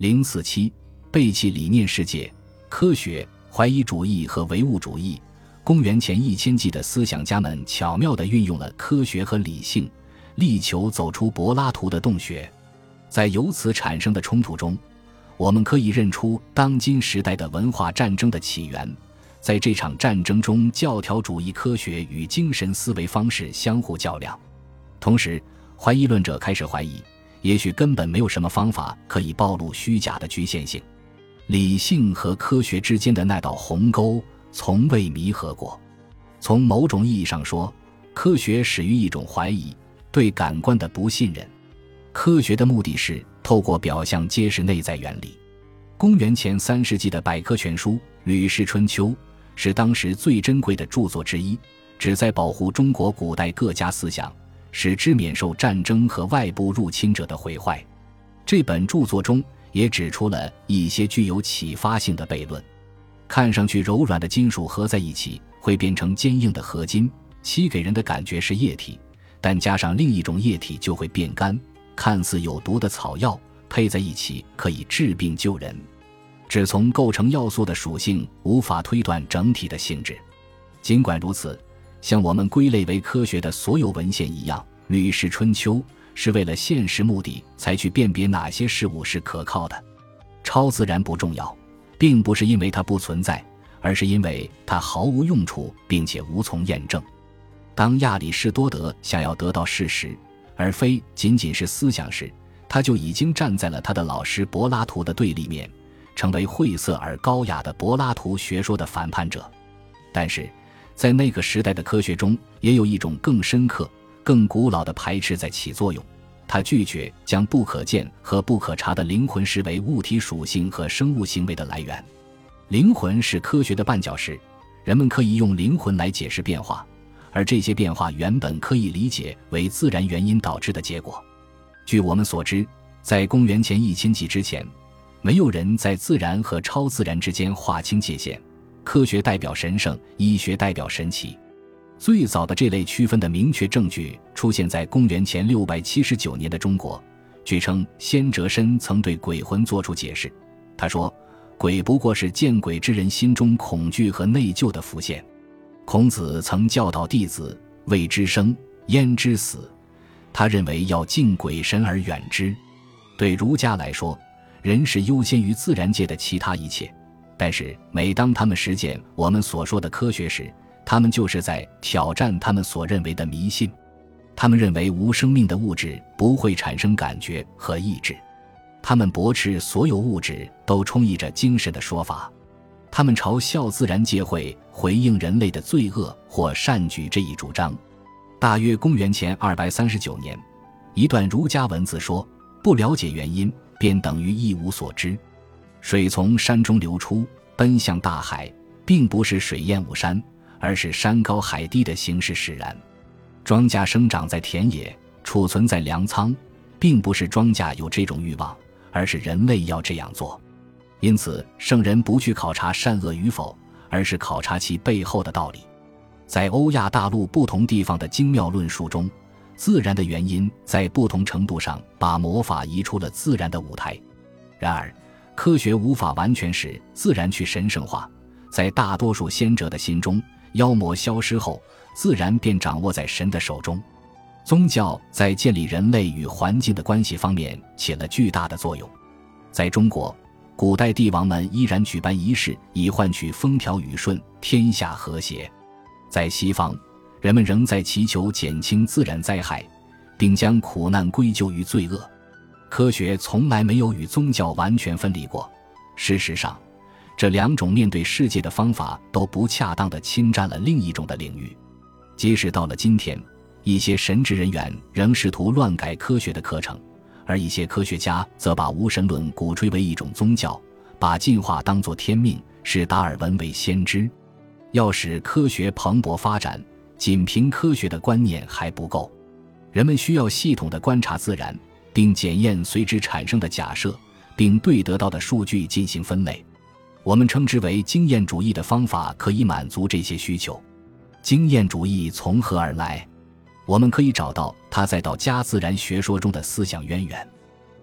047背弃理念世界，科学、怀疑主义和唯物主义。公元前1000纪的思想家们巧妙地运用了科学和理性，力求走出柏拉图的洞穴。在由此产生的冲突中，我们可以认出当今时代的文化战争的起源。在这场战争中，教条主义科学与精神思维方式相互较量。同时，怀疑论者开始怀疑，也许根本没有什么方法可以暴露虚假的局限性。理性和科学之间的那道鸿沟从未弥合过。从某种意义上说，科学始于一种怀疑，对感官的不信任。科学的目的是透过表象揭示内在原理。公元前3世纪的百科全书《吕氏春秋》是当时最珍贵的著作之一，旨在保护中国古代各家思想，使之免受战争和外部入侵者的毁坏。这本著作中也指出了一些具有启发性的悖论。看上去柔软的金属合在一起会变成坚硬的合金，其给人的感觉是液体，但加上另一种液体就会变干。看似有毒的草药配在一起可以治病救人，只从构成要素的属性无法推断整体的性质。尽管如此，像我们归类为科学的所有文献一样，《吕氏春秋》是为了现实目的才去辨别哪些事物是可靠的。超自然不重要，并不是因为它不存在，而是因为它毫无用处并且无从验证。当亚里士多德想要得到事实，而非仅仅是思想时，他就已经站在了他的老师柏拉图的对立面，成为晦涩而高雅的柏拉图学说的反叛者。但是在那个时代的科学中，也有一种更深刻、更古老的排斥在起作用。他拒绝将不可见和不可察的灵魂视为物体属性和生物行为的来源。灵魂是科学的绊脚石，人们可以用灵魂来解释变化，而这些变化原本可以理解为自然原因导致的结果。据我们所知，在公元前1000纪之前，没有人在自然和超自然之间划清界限。科学代表神圣，医学代表神奇。最早的这类区分的明确证据出现在公元前679年的中国。据称，先哲申曾对鬼魂作出解释，他说，鬼不过是见鬼之人心中恐惧和内疚的浮现。孔子曾教导弟子，未知生，焉知死？他认为要敬鬼神而远之。对儒家来说，人是优先于自然界的其他一切，但是每当他们实践我们所说的科学时，他们就是在挑战他们所认为的迷信。他们认为无生命的物质不会产生感觉和意志，他们驳斥所有物质都充溢着精神的说法。他们嘲笑自然界会回应人类的罪恶或善举这一主张。大约公元前239年，一段儒家文字说，不了解原因，便等于一无所知。水从山中流出，奔向大海，并不是水淹五山，而是山高海低的形势使然。庄稼生长在田野，储存在粮仓，并不是庄稼有这种欲望，而是人类要这样做。因此，圣人不去考察善恶与否，而是考察其背后的道理。在欧亚大陆不同地方的精妙论述中，自然的原因在不同程度上把魔法移出了自然的舞台。然而，科学无法完全使自然去神圣化。在大多数先哲的心中，妖魔消失后，自然便掌握在神的手中。宗教在建立人类与环境的关系方面起了巨大的作用。在中国，古代帝王们依然举办仪式，以换取风调雨顺、天下和谐。在西方，人们仍在祈求减轻自然灾害，并将苦难归咎于罪恶。科学从来没有与宗教完全分离过。事实上，这两种面对世界的方法都不恰当地侵占了另一种的领域。即使到了今天，一些神职人员仍试图乱改科学的课程，而一些科学家则把无神论鼓吹为一种宗教，把进化当作天命，视达尔文为先知。要使科学蓬勃发展，仅凭科学的观念还不够，人们需要系统地观察自然，并检验随之产生的假设，并对得到的数据进行分类。我们称之为经验主义的方法可以满足这些需求。经验主义从何而来？我们可以找到它在道家自然学说中的思想渊源。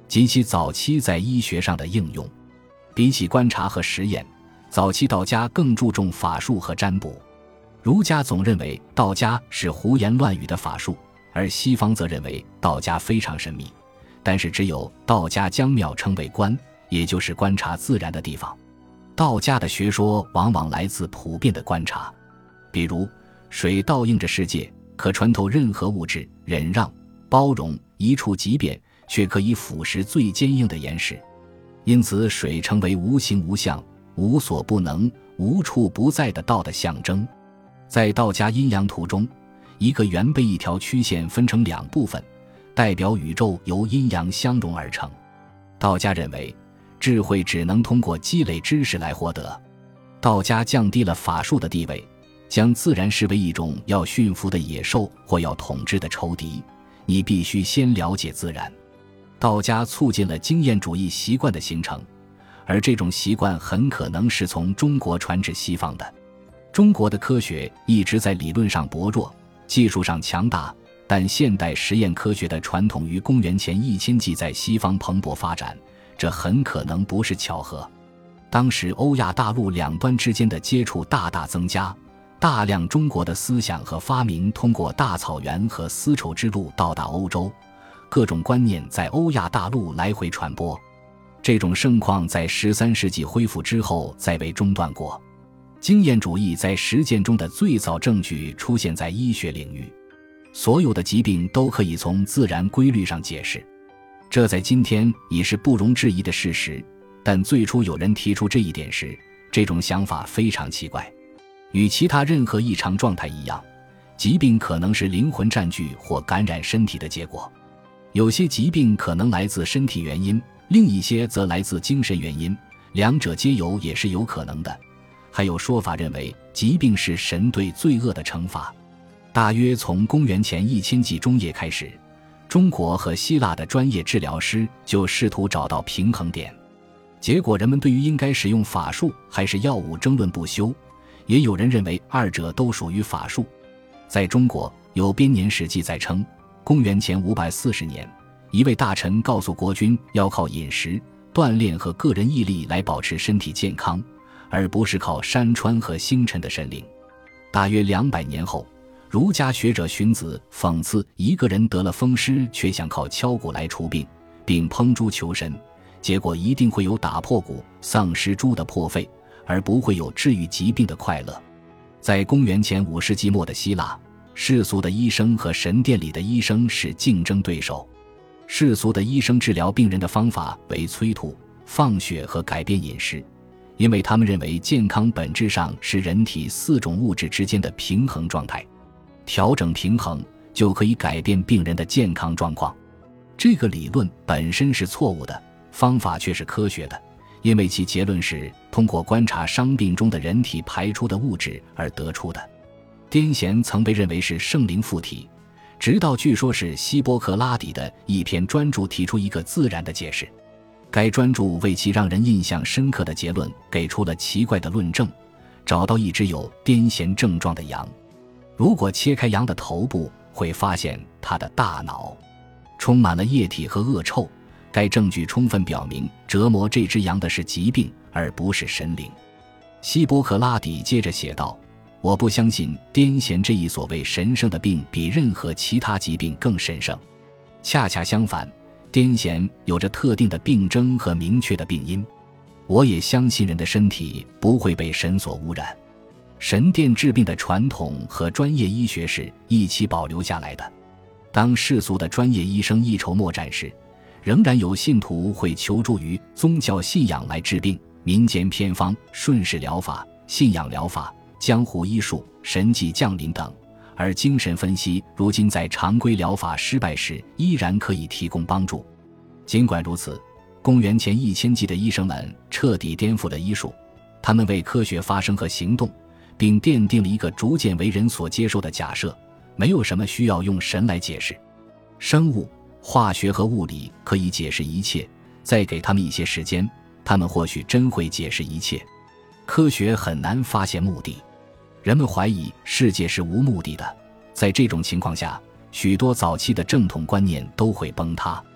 及其早期在医学上的应用。比起观察和实验，早期道家更注重法术和占卜。儒家总认为道家是胡言乱语的法术，而西方则认为道家非常神秘，但是只有道家将庙称为观，也就是观察自然的地方。道家的学说往往来自普遍的观察，比如水倒映着世界，可穿透任何物质，忍让、包容，一触即变，却可以腐蚀最坚硬的岩石。因此水成为无形无相、无所不能、无处不在的道的象征。在道家阴阳图中，一个圆被一条曲线分成两部分，代表宇宙由阴阳相融而成。道家认为智慧只能通过积累知识来获得。道家降低了法术的地位，将自然视为一种要驯服的野兽或要统治的仇敌，你必须先了解自然。道家促进了经验主义习惯的形成，而这种习惯很可能是从中国传至西方的。中国的科学一直在理论上薄弱，技术上强大，但现代实验科学的传统于公元前1000纪在西方蓬勃发展，这很可能不是巧合。当时欧亚大陆两端之间的接触大大增加，大量中国的思想和发明通过大草原和丝绸之路到达欧洲，各种观念在欧亚大陆来回传播。这种盛况在13世纪恢复之后再未中断过。经验主义在实践中的最早证据出现在医学领域，所有的疾病都可以从自然规律上解释，这在今天已是不容置疑的事实。但最初有人提出这一点时，这种想法非常奇怪。与其他任何异常状态一样，疾病可能是灵魂占据或感染身体的结果。有些疾病可能来自身体原因，另一些则来自精神原因，两者皆有也是有可能的。还有说法认为疾病是神对罪恶的惩罚。大约从公元前1000纪中叶开始，中国和希腊的专业治疗师就试图找到平衡点，结果人们对于应该使用法术还是药物争论不休，也有人认为二者都属于法术。在中国有编年史记载称，公元前540年，一位大臣告诉国君要靠饮食、锻炼和个人毅力来保持身体健康，而不是靠山川和星辰的神灵。大约200年后，儒家学者荀子讽刺一个人得了风湿却想靠敲鼓来除病，并烹猪求神，结果一定会有打破鼓、丧失猪的破费，而不会有治愈疾病的快乐。在公元前5世纪末的希腊，世俗的医生和神殿里的医生是竞争对手。世俗的医生治疗病人的方法为催吐、放血和改变饮食，因为他们认为健康本质上是人体4种物质之间的平衡状态，调整平衡就可以改变病人的健康状况。这个理论本身是错误的，方法却是科学的，因为其结论是通过观察伤病中的人体排出的物质而得出的。癫痫曾被认为是圣灵附体，直到据说是希波克拉底的一篇专著提出一个自然的解释。该专著为其让人印象深刻的结论给出了奇怪的论证，找到一只有癫痫症状的羊，如果切开羊的头部，会发现它的大脑充满了液体和恶臭。该证据充分表明，折磨这只羊的是疾病，而不是神灵。希波克拉底接着写道，我不相信癫痫这一所谓神圣的病比任何其他疾病更神圣。恰恰相反，癫痫有着特定的病征和明确的病因。我也相信人的身体不会被神所污染。神殿治病的传统和专业医学是一起保留下来的。当世俗的专业医生一筹莫展时，仍然有信徒会求助于宗教信仰来治病，民间偏方、顺势疗法、信仰疗法、江湖医术、神迹降临等。而精神分析如今在常规疗法失败时依然可以提供帮助。尽管如此，公元前1000纪的医生们彻底颠覆了医术，他们为科学发声和行动，并奠定了一个逐渐为人所接受的假设：没有什么需要用神来解释。生物、化学和物理可以解释一切，再给他们一些时间，他们或许真会解释一切。科学很难发现目的，人们怀疑世界是无目的的。在这种情况下，许多早期的正统观念都会崩塌。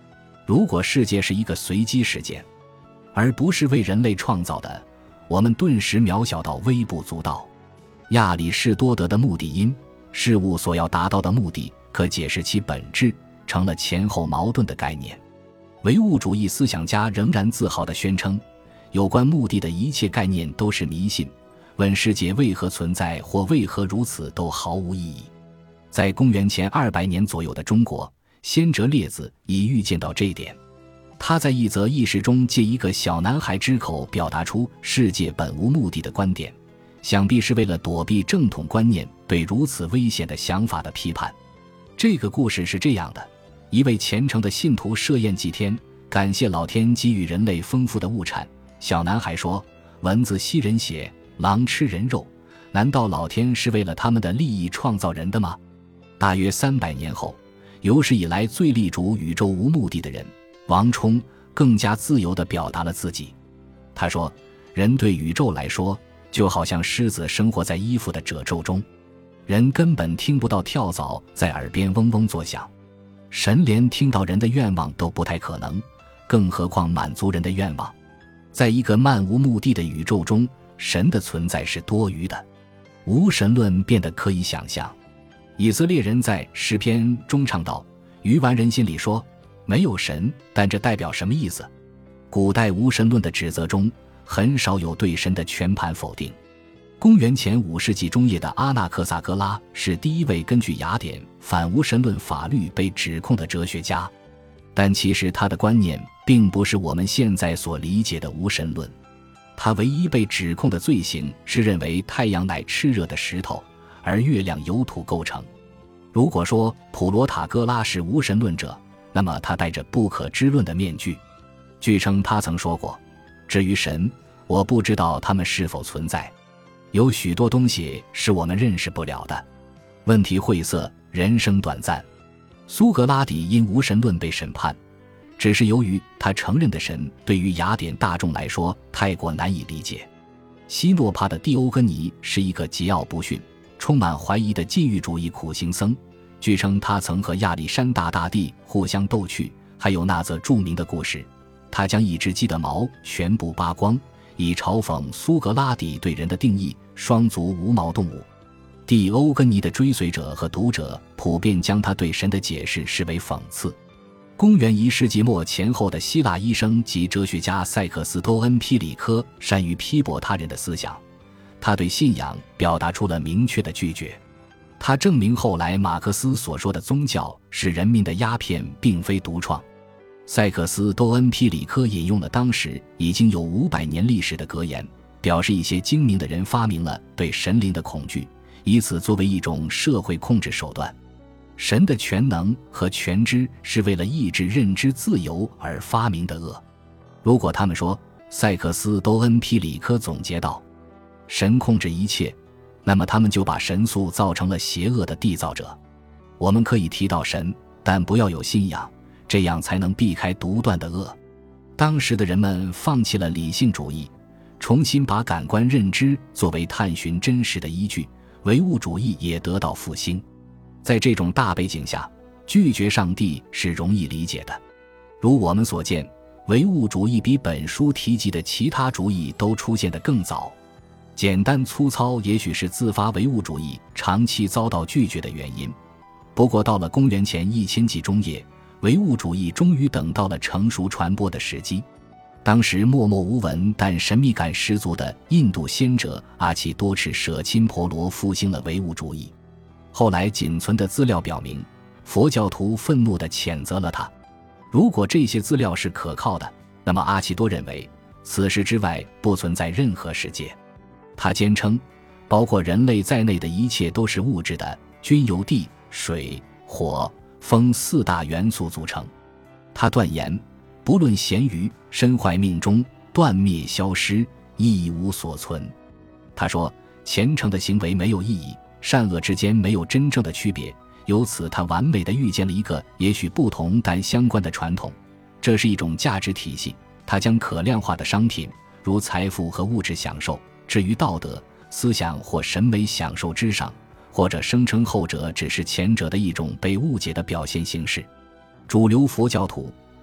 如果世界是一个随机事件，而不是为人类创造的，我们顿时渺小到微不足道。亚里士多德的目的因，事物所要达到的目的可解释其本质，成了前后矛盾的概念。唯物主义思想家仍然自豪地宣称，有关目的的一切概念都是迷信，问世界为何存在或为何如此都毫无意义。在公元前200年左右的中国，先哲列子已预见到这一点。他在一则轶事中借一个小男孩之口表达出世界本无目的的观点，想必是为了躲避正统观念对如此危险的想法的批判。这个故事是这样的：一位虔诚的信徒设宴祭天，感谢老天给予人类丰富的物产。小男孩说，蚊子吸人血，狼吃人肉，难道老天是为了他们的利益创造人的吗？大约300年后，有史以来最力主宇宙无目的的人王充更加自由地表达了自己。他说，人对宇宙来说就好像狮子生活在衣服的褶皱中，人根本听不到跳蚤在耳边嗡嗡作响，神连听到人的愿望都不太可能，更何况满足人的愿望。在一个漫无目的的宇宙中，神的存在是多余的，无神论变得可以想象。以色列人在诗篇中唱道，愚顽人心里说，没有神，但这代表什么意思？古代无神论的指责中很少有对神的全盘否定。公元前5世纪中叶的阿纳克萨格拉是第一位根据雅典反无神论法律被指控的哲学家，但其实他的观念并不是我们现在所理解的无神论。他唯一被指控的罪行是认为太阳乃炽热的石头，而月亮由土构成。如果说普罗塔戈拉是无神论者，那么他戴着不可知论的面具。据称他曾说过，至于神，我不知道他们是否存在，有许多东西是我们认识不了的。问题晦涩，人生短暂。苏格拉底因无神论被审判，只是由于他承认的神对于雅典大众来说太过难以理解。希诺帕的蒂欧根尼是一个桀骜不驯、充满怀疑的禁欲主义苦行僧，据称他曾和亚历山大大帝互相斗趣。还有那则著名的故事，他将一只鸡的毛全部扒光，以嘲讽苏格拉底对人的定义：双足无毛动物。蒂欧根尼的追随者和读者普遍将他对神的解释视为讽刺。公元1世纪末前后的希腊医生及哲学家塞克斯多恩皮里科善于批驳他人的思想，他对信仰表达出了明确的拒绝。他证明后来马克思所说的宗教是人民的鸦片并非独创。塞克斯多恩皮里科引用了当时已经有500年历史的格言，表示一些精明的人发明了对神灵的恐惧，以此作为一种社会控制手段。神的全能和全知是为了抑制认知自由而发明的恶。如果他们说，塞克斯多恩皮里科总结道，神控制一切，那么他们就把神塑造成了邪恶的缔造者。我们可以提到神，但不要有信仰，这样才能避开独断的恶。当时的人们放弃了理性主义，重新把感官认知作为探寻真实的依据，唯物主义也得到复兴。在这种大背景下，拒绝上帝是容易理解的。如我们所见，唯物主义比本书提及的其他主义都出现得更早。简单粗糙也许是自发唯物主义长期遭到拒绝的原因。不过到了公元前1000纪中叶，唯物主义终于等到了成熟传播的时机。当时默默无闻但神秘感十足的印度先哲阿契多赤舍钦婆罗复兴了唯物主义。后来仅存的资料表明，佛教徒愤怒地谴责了他。如果这些资料是可靠的，那么阿契多认为此世之外不存在任何世界。他坚称，包括人类在内的一切都是物质的，均由地、水、火、风4大元素组成。他断言，不论咸鱼，身坏命终，断灭消失，一无所存。他说，虔诚的行为没有意义，善恶之间没有真正的区别。由此他完美地预见了一个也许不同但相关的传统，这是一种价值体系。他将可量化的商品，如财富和物质享受，置于道德、思想或审美享受之上，或者声称后者只是前者的一种被误解的表现形式。主流佛教徒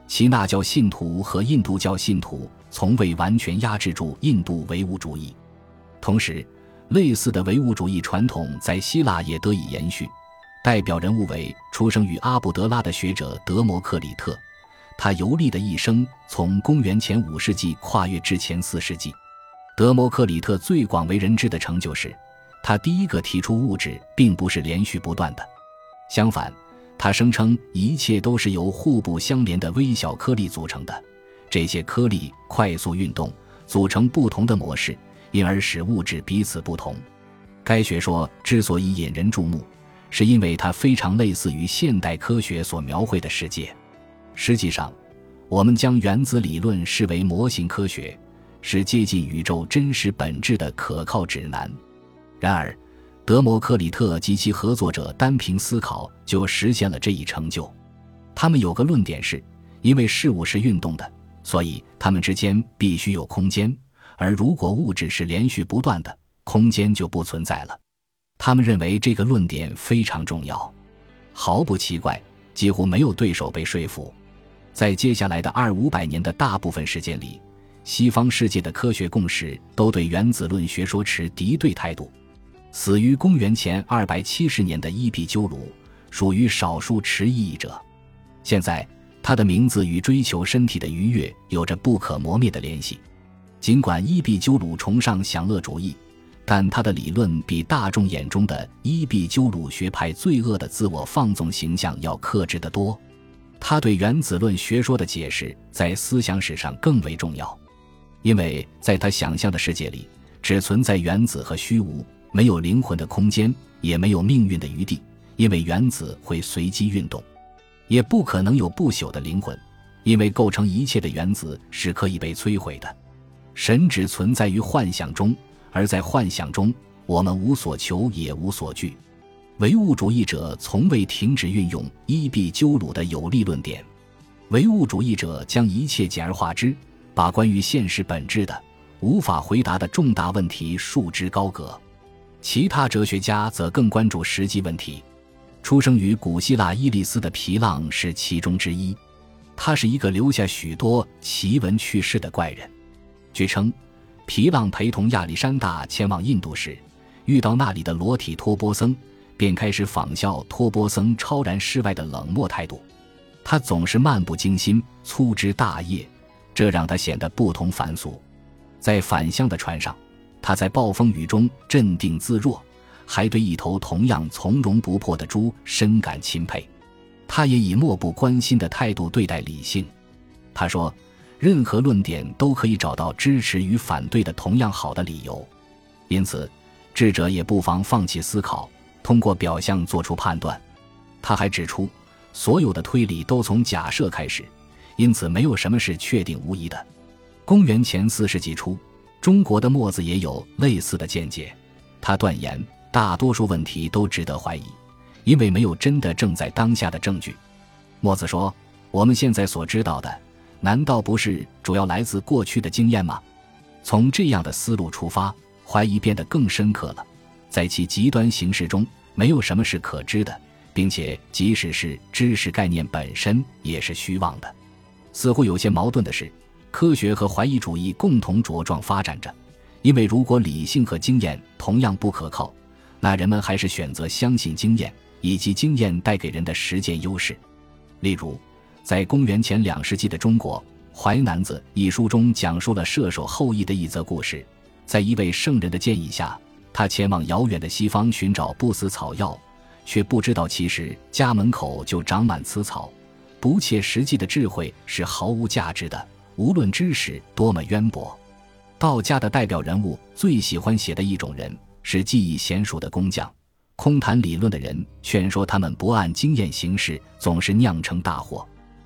耆那教信徒和印度教信徒从未完全压制住印度唯物主义。同时，类似的唯物主义传统在希腊也得以延续，代表人物为出生于阿卜德拉的学者德摩克里特，他游历的一生从公元前5世纪跨越至前4世纪。德摩克里特最广为人知的成就是他第一个提出物质并不是连续不断的，相反，他声称一切都是由互不相连的微小颗粒组成的，这些颗粒快速运动，组成不同的模式，因而使物质彼此不同。该学说之所以引人注目，是因为它非常类似于现代科学所描绘的世界。实际上，我们将原子理论视为模型科学，是接近宇宙真实本质的可靠指南。然而，德摩克里特及其合作者单凭思考就实现了这一成就。他们有个论点是，因为事物是运动的，所以它们之间必须有空间，而如果物质是连续不断的，空间就不存在了。他们认为这个论点非常重要，毫不奇怪，几乎没有对手被说服。在接下来的200-500年的大部分时间里，西方世界的科学共识都对原子论学说持敌对态度。死于公元前270年的伊壁鸠鲁属于少数持异议者。现在他的名字与追求身体的愉悦有着不可磨灭的联系。尽管伊壁鸠鲁崇尚享乐主义，但他的理论比大众眼中的伊壁鸠鲁学派罪恶的自我放纵形象要克制得多。他对原子论学说的解释在思想史上更为重要，因为在他想象的世界里，只存在原子和虚无，没有灵魂的空间，也没有命运的余地，因为原子会随机运动。也不可能有不朽的灵魂，因为构成一切的原子是可以被摧毁的。神只存在于幻想中，而在幻想中，我们无所求也无所惧。唯物主义者从未停止运用伊壁鸠鲁的有力论点。唯物主义者将一切简而化之，把关于现实本质的无法回答的重大问题束之高阁。其他哲学家则更关注实际问题。出生于古希腊伊利斯的皮浪是其中之一，他是一个留下许多奇闻趣事的怪人。据称，皮浪陪同亚历山大前往印度时，遇到那里的裸体托钵僧，便开始仿效托钵僧超然世外的冷漠态度。他总是漫不经心，粗枝大叶，这让他显得不同凡俗。在返乡的船上，他在暴风雨中镇定自若，还对一头同样从容不迫的猪深感钦佩。他也以漠不关心的态度对待理性。他说，任何论点都可以找到支持与反对的同样好的理由，因此智者也不妨放弃思考，通过表象做出判断。他还指出，所有的推理都从假设开始，因此没有什么是确定无疑的。公元前4世纪初，中国的墨子也有类似的见解。他断言，大多数问题都值得怀疑，因为没有真的正在当下的证据。墨子说，我们现在所知道的，难道不是主要来自过去的经验吗？从这样的思路出发，怀疑变得更深刻了。在其极端形式中，没有什么是可知的，并且即使是知识概念本身也是虚妄的。似乎有些矛盾的是，科学和怀疑主义共同茁壮发展着，因为如果理性和经验同样不可靠，那人们还是选择相信经验以及经验带给人的实践优势。例如，在公元前2世纪的中国，《淮南子》一书中讲述了射手后羿的一则故事。在一位圣人的建议下，他前往遥远的西方寻找不死草药，却不知道其实家门口就长满此草。不切实际的智慧是毫无价值的，无论知识多么渊博。道家的代表人物最喜欢写的一种人是技艺娴熟的工匠。空谈理论的人劝说他们不按经验行事，总是酿成大祸。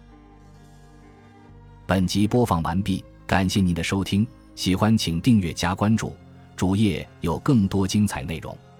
本集播放完毕，感谢您的收听，喜欢请订阅加关注，主页有更多精彩内容。